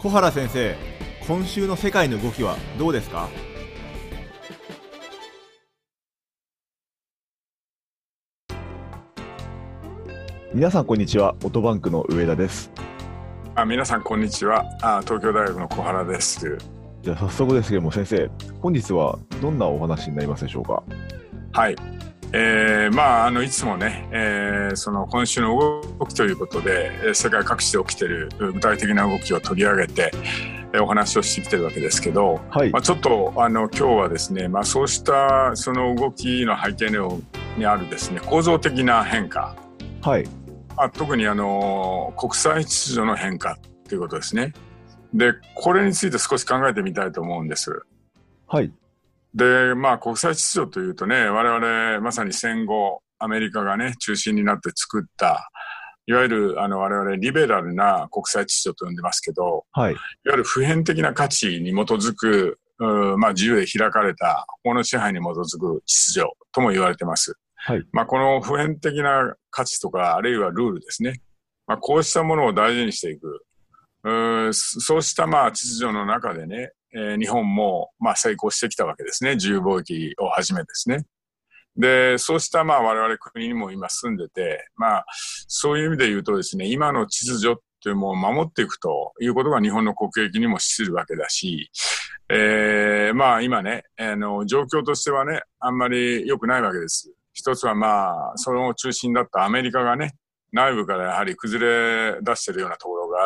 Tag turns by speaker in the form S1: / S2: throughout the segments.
S1: 小原先生、今週の世界の動きはどうですか？
S2: 皆さんこんにちは。オトバンクの上田です。
S3: 皆さんこんにちは。東京大学の小原です。
S2: じゃあ早速ですけども、先生、本日はどんなお話になりますでしょうか？
S3: はい。いつもね、その今週の動きということで、世界各地で起きている具体的な動きを取り上げて、お話をしてきてるわけですけど、
S2: はい。
S3: ちょっと今日はですね、そうしたその動きの背景にあるですね、構造的な変化、
S2: はい。
S3: 特に国際秩序の変化ということですね。で、これについて少し考えてみたいと思うんです。
S2: はい。
S3: で、国際秩序というとね、我々まさに戦後アメリカがね中心になって作ったいわゆる我々リベラルな国際秩序と呼んでますけど、
S2: はい。
S3: いわゆる普遍的な価値に基づく自由で開かれた法の支配に基づく秩序とも言われてます。
S2: はい。
S3: この普遍的な価値とかあるいはルールですね、こうしたものを大事にしていく、そうした秩序の中でね、日本も成功してきたわけですね。自由貿易をはじめですね。で、そうした我々国にも今住んでて、そういう意味で言うとですね、今の秩序っていうのを守っていくということが日本の国益にも資するわけだし、今ね、状況としてはね、あんまり良くないわけです。一つはその中心だったアメリカがね、内部からやはり崩れ出しているようなところがあって、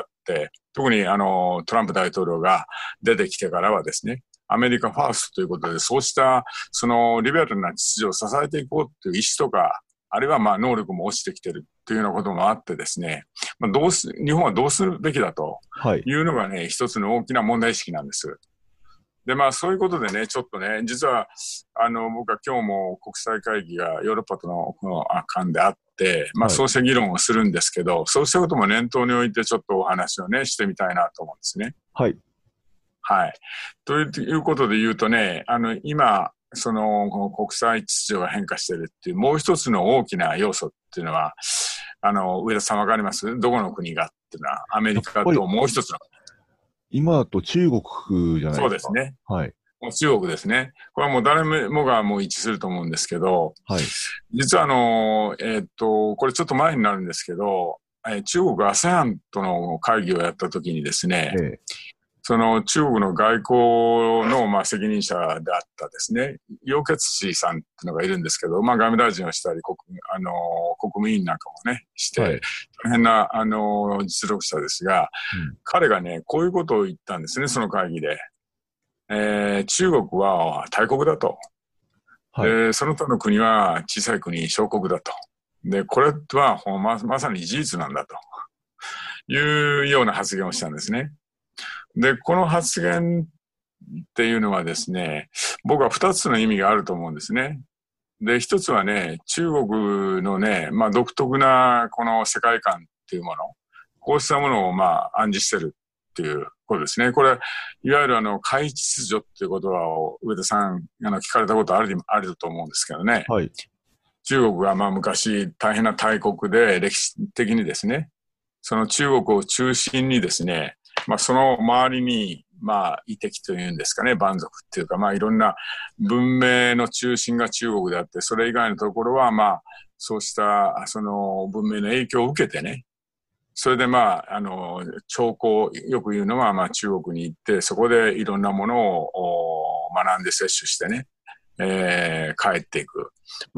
S3: 特にトランプ大統領が出てきてからはですね、アメリカファーストということで、そうしたそのリベラルな秩序を支えていこうという意思とか、あるいは能力も落ちてきているというようなこともあってですね、日本はどうするべきだというのがね、一つの大きな問題意識なんです。で、そういうことでね、ちょっとね、実は、僕は今日も国際会議がヨーロッパとの間であって、そうした議論をするんですけど、そうしたことも念頭に置いてちょっとお話をね、してみたいなと思うんですね。
S2: はい。
S3: はい。ということで言うとね、今、この国際秩序が変化しているっていうもう一つの大きな要素っていうのは、上田さんわかります？どこの国がっていうのは、アメリカともう一つの。
S2: 今だと中国じゃないですか。
S3: そうですね。
S2: はい。
S3: もう中国ですね。これはもう誰もがもう一致すると思うんですけど、
S2: はい。
S3: 実はこれちょっと前になるんですけど、中国 ASEAN との会議をやった時にですね、その中国の外交の責任者であったですね、楊潔チさんっていうのがいるんですけど、外務大臣をしたり、国務委員なんかもね、して、大変な実力者ですが、彼がね、こういうことを言ったんですね、その会議で。中国は大国だと。で、その他の国は小さい国、小国だと。で、これはまさに事実なんだというような発言をしたんですね。で、この発言っていうのはですね、僕は二つの意味があると思うんですね。で、一つはね、中国のね、独特なこの世界観っていうもの、こうしたものを暗示してるっていうことですね。これ、いわゆる海秩序っていう言葉を上田さん聞かれたことあると思うんですけどね。
S2: はい。
S3: 中国が昔大変な大国で歴史的にですね、その中国を中心にですね、その周りに、遺跡というんですかね、蛮族っていうか、いろんな文明の中心が中国であって、それ以外のところは、そうした、その文明の影響を受けてね、それで長江、よく言うのは、中国に行って、そこでいろんなものを学んで摂取してね、帰っていく。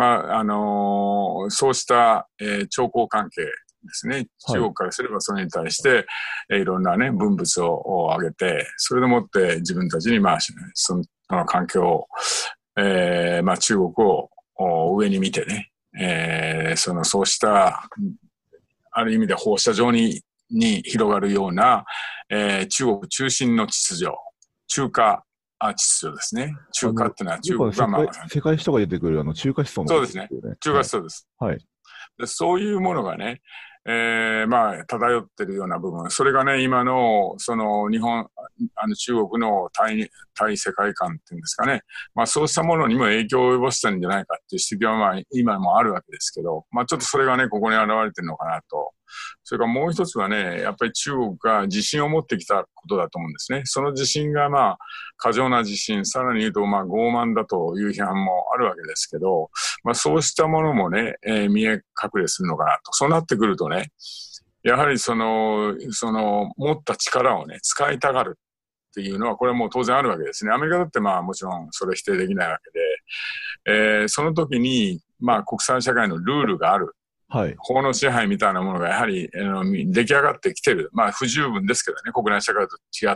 S3: そうした、長江関係ですね。中国からすればそれに対して、いろんなね、文物をあげて、それでもって自分たちにその環境を、中国を上に見てね、そうした、ある意味で放射状に広がるような、中国中心の秩序、中華秩序ですね。中華っていうのは中国が
S2: 世界史とか出てくる中華思想の、
S3: そうですね。中華思想です。
S2: はい。
S3: でそういうものがね、漂ってるような部分、それがね、今の、その日本、中国の対世界観っていうんですかね、そうしたものにも影響を及ぼしたんじゃないかっていう指摘は今もあるわけですけど、ちょっとそれがね、ここに現れてるのかなとそれからもう一つはね、やっぱり中国が自信を持ってきたことだと思うんですね。その自信が過剰な自信、さらに言うと傲慢だという批判もあるわけですけど、そうしたものもね、見え隠れするのかなと。そうなってくるとね、やはり持った力をね、使いたがるっていうのは、これはもう当然あるわけですね。アメリカだってもちろんそれ否定できないわけで、その時に、国際社会のルールがある。
S2: はい。
S3: 法の支配みたいなものがやはり出来上がってきてる。不十分ですけどね、国内社会と違って。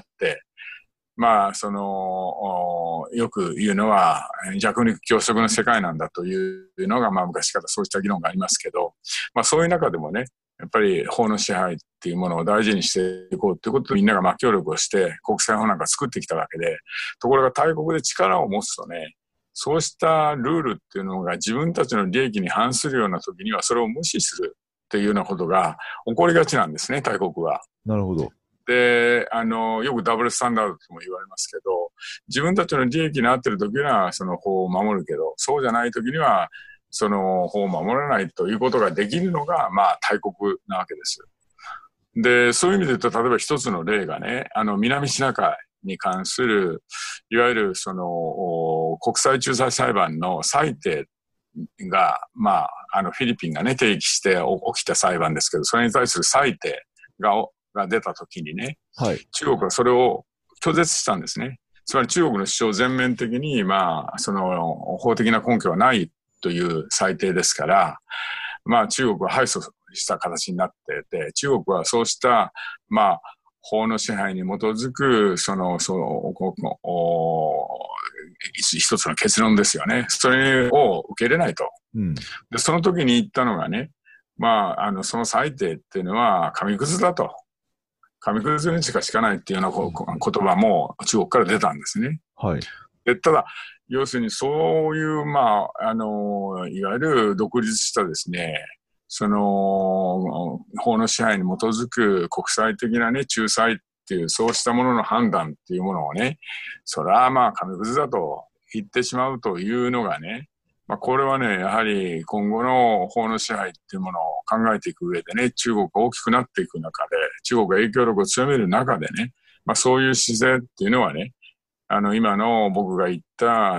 S3: よく言うのは弱肉強食の世界なんだというのが、昔からそうした議論がありますけど、そういう中でもね、やっぱり法の支配っていうものを大事にしていこうということで、みんなが協力をして国際法なんか作ってきたわけで、ところが大国で力を持つとね、そうしたルールっていうのが自分たちの利益に反するような時にはそれを無視するっていうようなことが起こりがちなんですね、大国は。
S2: なるほど。
S3: で、よくダブルスタンダードとも言われますけど、自分たちの利益に合ってる時にはその法を守るけど、そうじゃない時にはその法を守らないということができるのが、大国なわけです。で、そういう意味で言うと、例えば一つの例がね、南シナ海に関する、いわゆる国際仲裁裁判の裁定が、フィリピンがね、提起して起きた裁判ですけど、それに対する裁定が出たときにね、
S2: はい、
S3: 中国はそれを拒絶したんですね。つまり中国の主張全面的に、法的な根拠はないという裁定ですから、中国は敗訴した形になっていて、中国はそうした、法の支配に基づく、一つの結論ですよね。それを受け入れないと。で、その時に言ったのがね、その裁定っていうのは紙くずだと。紙くずにしか敷かないっていうような言葉も中国から出たんですね。
S2: はい。
S3: で、ただ、要するにそういう、いわゆる独立したですね、法の支配に基づく国際的なね、仲裁っていう、そうしたものの判断っていうものをね、それは紙くずだと言ってしまうというのがね、これはね、やはり今後の法の支配っていうものを考えていく上でね、中国が大きくなっていく中で、中国が影響力を強める中でね、そういう姿勢っていうのはね、今の僕が言った、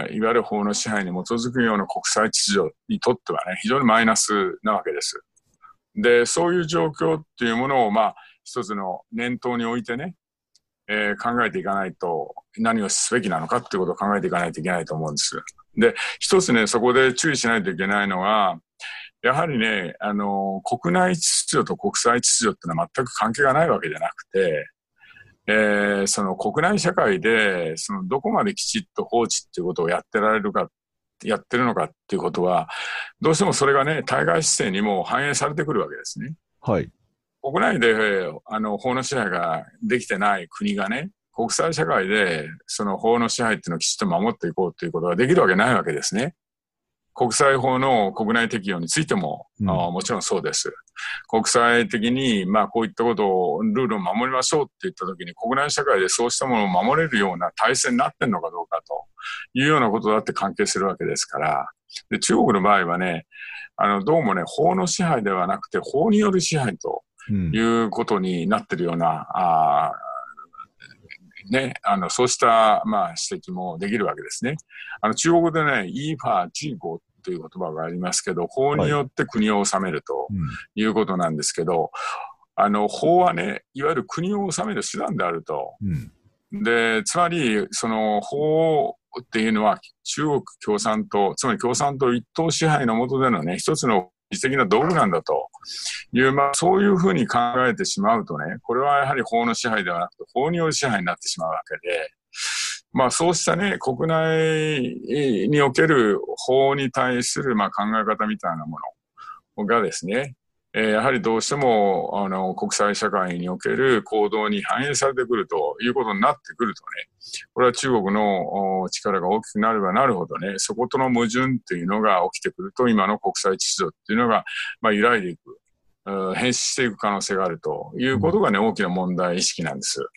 S3: いわゆる法の支配に基づくような国際秩序にとってはね、非常にマイナスなわけです。で、そういう状況っていうものを、一つの念頭に置いてね、考えていかないと、何をすべきなのかっていうことを考えていかないといけないと思うんです。で、一つね、そこで注意しないといけないのは、やはりね、国内秩序と国際秩序っていうのは全く関係がないわけじゃなくて、その国内社会で、どこまできちっと法治っていうことをやってるのかっていうことは、どうしてもそれがね、対外姿勢にも反映されてくるわけですね。
S2: はい。
S3: 国内で、法の支配ができてない国がね、国際社会で、その法の支配っていうのをきちっと守っていこうということができるわけないわけですね。国際法の国内適用についても、もちろんそうです。国際的に、こういったことを、ルールを守りましょうって言ったときに、国内社会でそうしたものを守れるような体制になってんのかどうかというようなことだって関係するわけですから。で、中国の場合はね、どうもね、法の支配ではなくて、法による支配ということになっているような、ね、そうした、指摘もできるわけですね。中国でね、依法治国という言葉がありますけど、法によって国を治めるということなんですけど、法はね、いわゆる国を治める手段であると。で、つまり、その法っていうのは中国共産党、つまり共産党一党支配の下でのね、一つの実的な道具なんだという、そういうふうに考えてしまうとね、これはやはり法の支配ではなくて法による支配になってしまうわけで、そうしたね、国内における法に対する考え方みたいなものがですね、やはりどうしても国際社会における行動に反映されてくるということになってくるとね、これは中国の力が大きくなればなるほどね、そことの矛盾っていうのが起きてくると、今の国際秩序っていうのが揺らいでいく、変質していく可能性があるということがね、大きな問題意識なんです。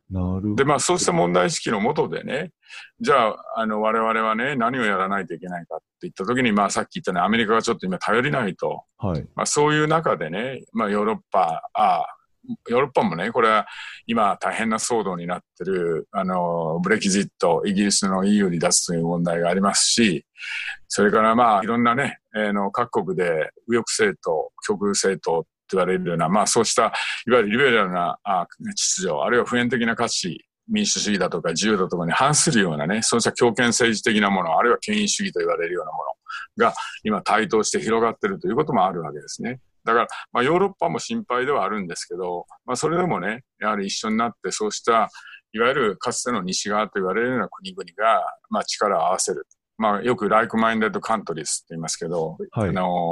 S2: なるほど。
S3: で、まあそうした問題意識のもとでね、じゃあ、我々はね、何をやらないといけないかって言ったときに、まあさっき言ったね、アメリカがちょっと今頼りないと。
S2: はい。
S3: まあそういう中でね、まあヨーロッパもね、これは今大変な騒動になってる、ブレキジット、イギリスの EU に出すという問題がありますし、それからまあいろんなね、各国で右翼政党、極右政党って言われるような、まあそうしたいわゆるリベラルな秩序、あるいは普遍的な価値、民主主義だとか自由だとかに反するようなね、そうした強権政治的なもの、あるいは権威主義と言われるようなものが今台頭して広がっているということもあるわけですね。だから、まあ、ヨーロッパも心配ではあるんですけど、まあ、それでもね、やはり一緒になって、そうした、いわゆるかつての西側と言われるような国々が、まあ、力を合わせる。まあ、よく like-minded countries って言いますけど、
S2: はい。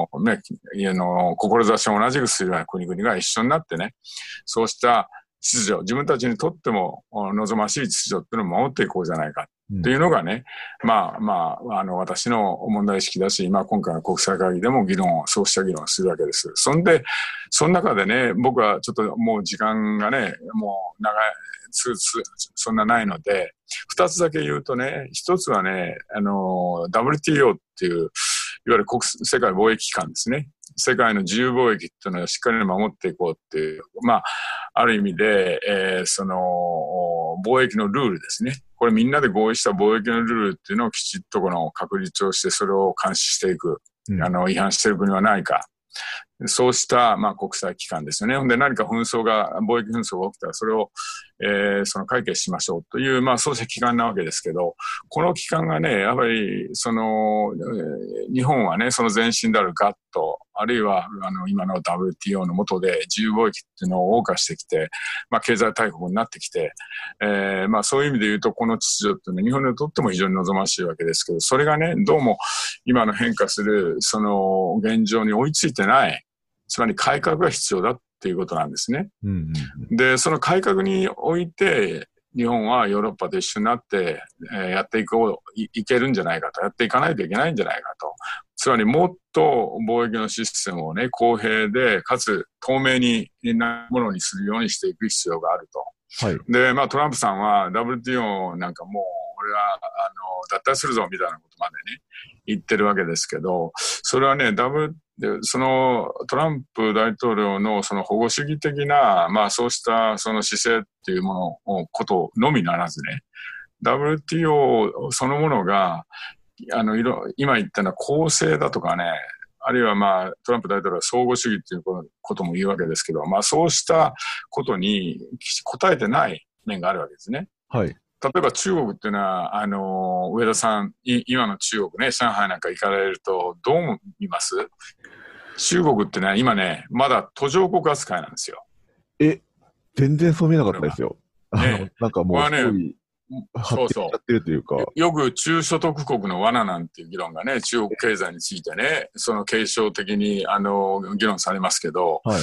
S3: 志を同じくするような国々が一緒になってね、そうした秩序、自分たちにとっても望ましい秩序っていうのを守っていこうじゃないかっていうのがね、私の問題意識だし、まあ今回の国際会議でもそうした議論をするわけです。その中でね、僕はちょっともう時間がね、もう長い、そんなないので、二つだけ言うとね、一つはね、WTO っていう、いわゆる世界貿易機関ですね。世界の自由貿易っていうのをしっかり守っていこうっていう、まあ、ある意味で、その、貿易のルールですね。これみんなで合意した貿易のルールっていうのをきちっと確立をして、それを監視していく。違反している国はないか。そうした、まあ、国際機関ですよね。ほんで何か貿易紛争が起きたら、それを、その解決しましょうという、まあ、そうした機関なわけですけど、この機関がね、やっぱり、日本はね、その前身であるガット、あるいは、今の WTO の下で自由貿易っていうのを謳歌してきて、まあ、経済大国になってきて、まあ、そういう意味で言うと、この秩序っていうのは日本にとっても非常に望ましいわけですけど、それがね、どうも今の変化する、その現状に追いついてない、つまり改革が必要だっていうことなんですね。で、その改革において、日本はヨーロッパと一緒になって、やっていけるんじゃないかと、やっていかないといけないんじゃないかと。つまりもっと貿易のシステムをね、公平で、かつ透明なものにするようにしていく必要があると。はい、で、まあトランプさんは WTO なんかもう、俺は、脱退するぞみたいなことまでね、言ってるわけですけど、それはね、そのトランプ大統領のその保護主義的な、まあそうしたその姿勢っていうことのみならずね、WTO そのものが、今言ったのは公正だとかね、あるいはまあトランプ大統領は相互主義っていうことも言うわけですけど、まあそうしたことに応えてない面があるわけですね。はい。例えば中国っていうのは、上田さん、今の中国ね、上海なんか行かれるとどう見ます？中国ってね、今ね、まだ途上国扱いなんですよ。
S2: 全然そう見えなかったですよ。ね、なんかもうすごい発展しちゃってるというか。
S3: よく中所得国の罠なんていう議論がね、中国経済についてね、その継承的に議論されますけど、はい、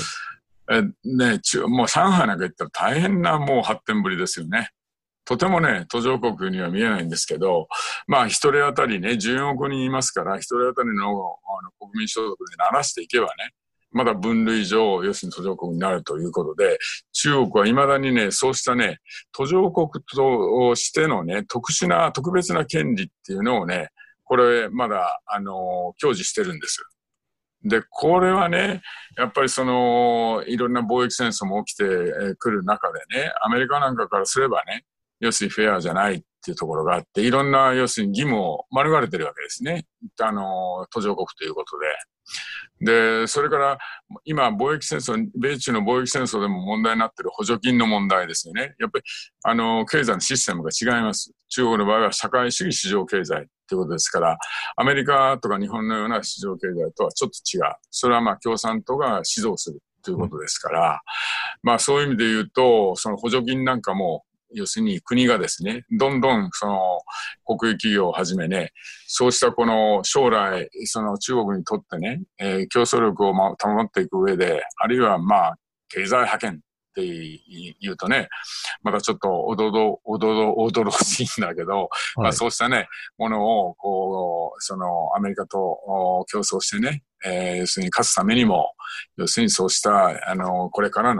S3: もう上海なんか行ったら大変なもう発展ぶりですよね。とてもね、途上国には見えないんですけど、まあ一人当たりね、14億人いますから、一人当たりの国民所得でならしていけばね、まだ分類上、要するに途上国になるということで、中国は未だにね、そうしたね、途上国としてのね、特別な権利っていうのをね、これまだ、享受してるんです。で、これはね、やっぱりいろんな貿易戦争も起きてくる中でね、アメリカなんかからすればね、要するにフェアじゃないっていうところがあって、いろんな要するに義務を免れてるわけですね。途上国ということで。で、それから今米中の貿易戦争でも問題になっている補助金の問題ですよね。やっぱり経済のシステムが違います。中国の場合は社会主義市場経済ということですから、アメリカとか日本のような市場経済とはちょっと違う。それはまあ共産党が指導するということですから、まあそういう意味で言うと、その補助金なんかも要するに国がですね、どんどん国有企業をはじめね、そうした将来、中国にとってね、競争力を保っていく上で、あるいはまあ、経済覇権って言うとね、まだちょっとおどろしいんだけど、はい、まあそうしたね、ものを、アメリカと競争してね、要するに勝つためにも、要するにそうした、これからのね、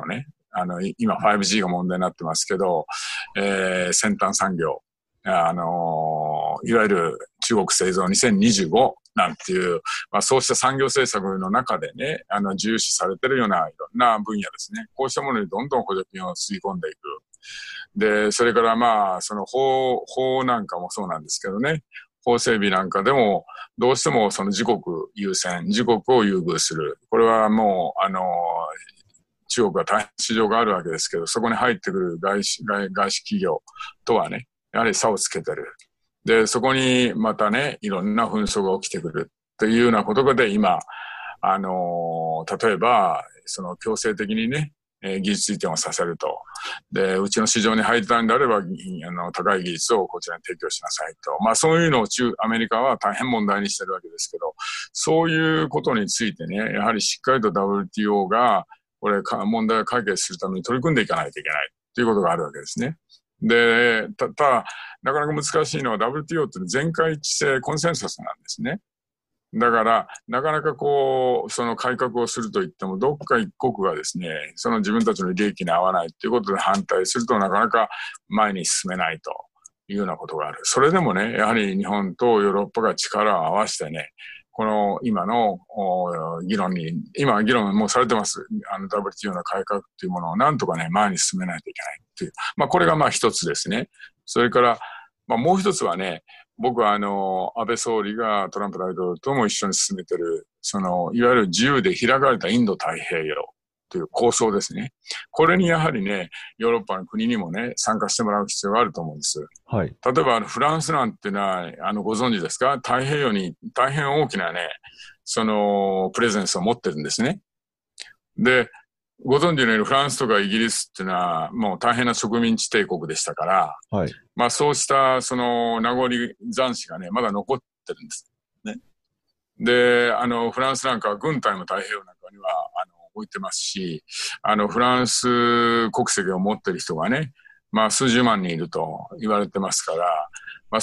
S3: 今 5G が問題になってますけど、先端産業、いわゆる中国製造2025なんていう、そうした産業政策の中でね、重視されているようないろんな分野ですね。こうしたものにどんどん補助金を吸い込んでいく。で、それからその法なんかもそうなんですけどね、法整備なんかでも、どうしてもその自国優先、自国を優遇する。これはもう、中国は大変市場があるわけですけど、そこに入ってくる外資企業とはね、やはり差をつけてる。で、そこにまたね、いろんな紛争が起きてくるというようなことで今、例えば、その強制的にね、技術移転をさせると。で、うちの市場に入ったんであれば、高い技術をこちらに提供しなさいと。そういうのをアメリカは大変問題にしてるわけですけど、そういうことについてね、やはりしっかりと WTO が、これ、問題を解決するために取り組んでいかないといけないということがあるわけですね。で、ただ、なかなか難しいのは WTO って全会一致性コンセンサスなんですね。だから、なかなかその改革をするといっても、どっか一国がですね、その自分たちの利益に合わないということで反対するとなかなか前に進めないというようなことがある。それでもね、やはり日本とヨーロッパが力を合わせてね、この今の今議論もされてます。WTO の改革っていうものをなんとかね、前に進めないといけないっていう。これが一つですね。それから、もう一つはね、僕は安倍総理がトランプ大統領とも一緒に進めてる、いわゆる自由で開かれたインド太平洋という構想ですね。これにやはりね、ヨーロッパの国にもね、参加してもらう必要があると思うんです。
S2: はい。
S3: 例えばフランスなんていうのは、ご存知ですか？太平洋に大変大きなね、プレゼンスを持ってるんですね。で、ご存知のようにフランスとかイギリスっていうのはもう大変な植民地帝国でしたから、はい。そうした名残残滓がね、まだ残ってるんです。ね。で、フランスなんかは軍隊も太平洋なんかには、置いてますし、フランス国籍を持ってる人がね、数十万人いると言われてますから、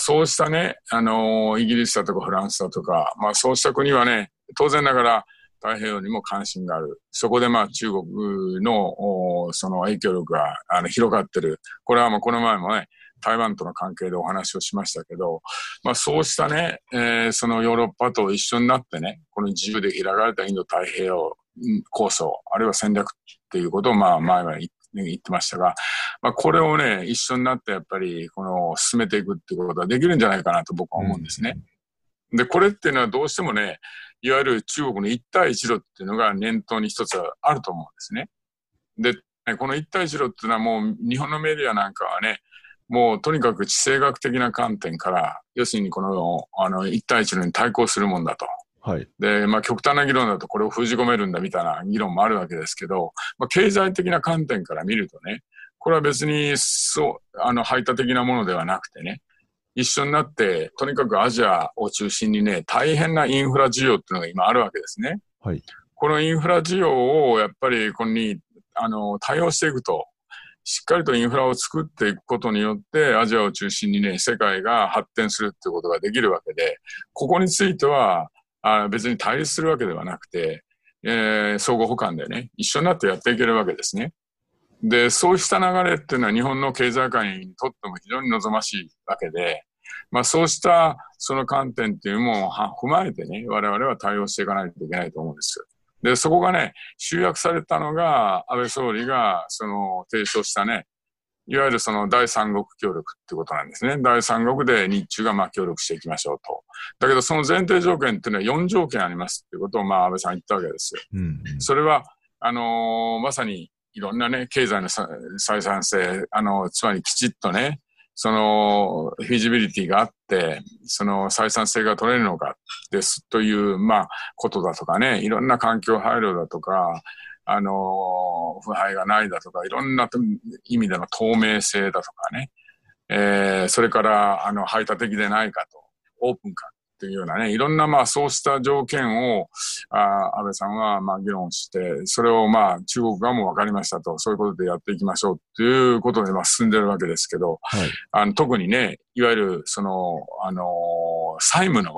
S3: そうしたね、イギリスだとかフランスだとか、そうした国はね、当然ながら太平洋にも関心がある。そこで中国のその影響力が広がってる。これはこの前もね、台湾との関係でお話をしましたけど、そうしたね、そのヨーロッパと一緒になってね、この自由で開かれたインド太平洋構想、あるいは戦略っていうことを前は言ってましたが、これをね、一緒になってやっぱり進めていくっていうことができるんじゃないかなと僕は思うんですね。で、これっていうのはどうしてもね、いわゆる中国の一帯一路っていうのが念頭に一つあると思うんですね。で、この一帯一路っていうのはもう日本のメディアなんかはね、もうとにかく地政学的な観点から、要するにこの一帯一路に対抗するもんだと。はい。で、極端な議論だとこれを封じ込めるんだみたいな議論もあるわけですけど、経済的な観点から見るとね、これは別に排他的なものではなくてね、一緒になって、とにかくアジアを中心にね、大変なインフラ需要っていうのが今あるわけですね。はい。このインフラ需要をやっぱりこれに対応していくと、しっかりとインフラを作っていくことによって、アジアを中心にね、世界が発展するっていうことができるわけで、ここについては、別に対立するわけではなくて、相互補完でね、一緒になってやっていけるわけですね。で、そうした流れっていうのは日本の経済界にとっても非常に望ましいわけで、そうしたその観点っていうのも踏まえてね、我々は対応していかないといけないと思うんです。で、そこがね、集約されたのが安倍総理が提唱したね、いわゆる第三国協力ってことなんですね。第三国で日中が協力していきましょうと。だけどその前提条件っていうのは4条件ありますっていうことを安倍さん言ったわけですよ。それは、まさにいろんなね、経済の採算性、つまりきちっとね、フィジビリティがあって、採算性が取れるのかですという、ことだとかね、いろんな環境配慮だとか、腐敗がないだとか、いろんな意味での透明性だとかね、それから、排他的でないかと、オープンかっていうようなね、いろんなそうした条件を、安倍さんは議論して、それを中国側も分かりましたと、そういうことでやっていきましょうっていうことで進んでるわけですけど、はい、特にね、いわゆる債務の罠っ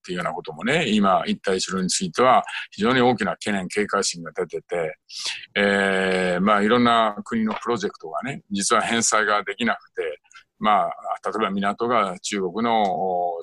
S3: っていうようなこともね、今、一帯一路については非常に大きな懸念、警戒心が出てて、いろんな国のプロジェクトがね、実は返済ができなくて、例えば港が中国の、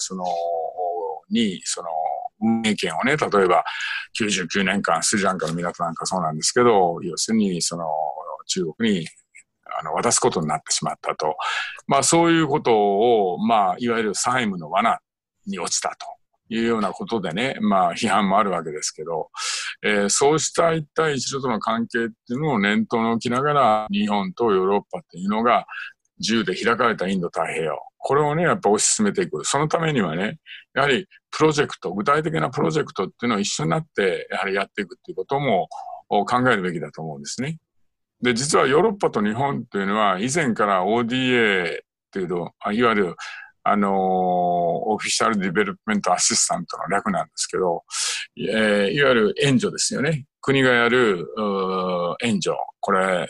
S3: 運営権をね、例えば99年間、スリランカの港なんかそうなんですけど、要するに中国に渡すことになってしまったと。そういうことを、いわゆる債務の罠に落ちたというようなことでね、批判もあるわけですけど、そうした一帯一路との関係っていうのを念頭に置きながら、日本とヨーロッパっていうのが自由で開かれたインド太平洋。これをね、やっぱ推し進めていく。そのためにはね、やはりプロジェクト、具体的なプロジェクトっていうのを一緒になって、やはりやっていくっていうことも考えるべきだと思うんですね。で、実はヨーロッパと日本っていうのは、以前から ODA っていうと、いわゆる、オフィシャルディベロップメントアシスタントの略なんですけど、いわゆる援助ですよね。国がやる、援助。これ、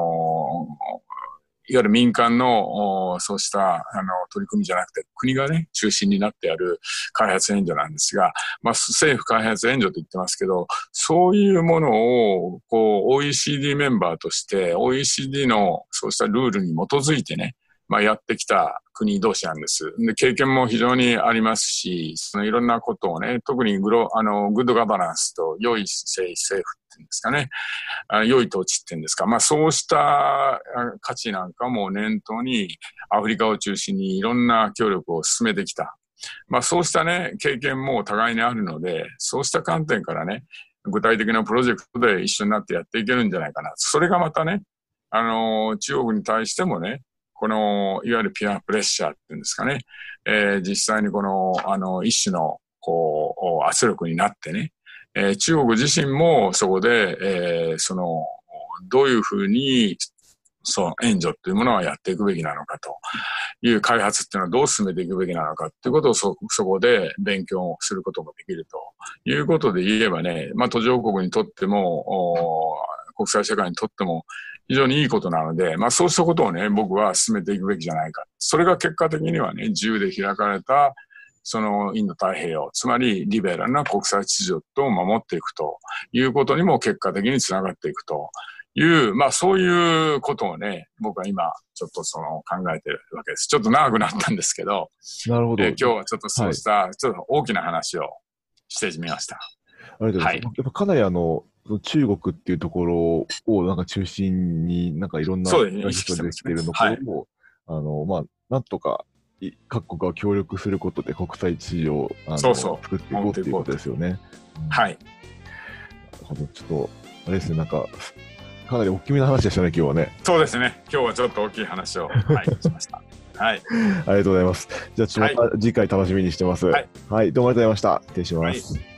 S3: いわゆる民間のそうした取り組みじゃなくて国がね中心になってやる開発援助なんですが、政府開発援助と言ってますけど、そういうものをOECD メンバーとして OECD のそうしたルールに基づいてね、やってきた国同士なんです。で、経験も非常にありますし、いろんなことをね、特にグッドガバナンスと良い政府っていうんですかね、良い統治っていうんですか、そうした価値なんかも念頭にアフリカを中心にいろんな協力を進めてきた。そうしたね、経験もお互いにあるので、そうした観点からね、具体的なプロジェクトで一緒になってやっていけるんじゃないかな。それがまたね、中国に対してもね、いわゆるピアプレッシャーっていうんですかね、実際に一種の、圧力になってね、中国自身もそこで、どういうふうに、援助っていうものはやっていくべきなのかという開発っていうのはどう進めていくべきなのかっていうことをそこで勉強することもできるということで言えばね、途上国にとっても、国際社会にとっても非常にいいことなので、そうしたことをね、僕は進めていくべきじゃないか。それが結果的にはね、自由で開かれた、インド太平洋、つまりリベラルな国際秩序を守っていくということにも結果的につながっていくという、そういうことをね、僕は今、ちょっと考えてるわけです。ちょっと長くなったんですけど、
S2: なるほど。
S3: 今日はちょっとそうした、ちょっと大きな話をしてみました。
S2: ありがとうございます。やっぱかなり中国っていうところをなんか中心にいろんな人ができているのを、なんとか各国が協力することで国際秩序を作っていこうということですよね。
S3: はい。
S2: ちょっとあれですね、かなり大きめな話でしたね、今日はね。
S3: そうですね。今日はちょっと大きい話を、しました。はい。
S2: ありがとうございます。じゃあ、また次回楽しみにしてます。はい。どうもありがとうございました。失礼します。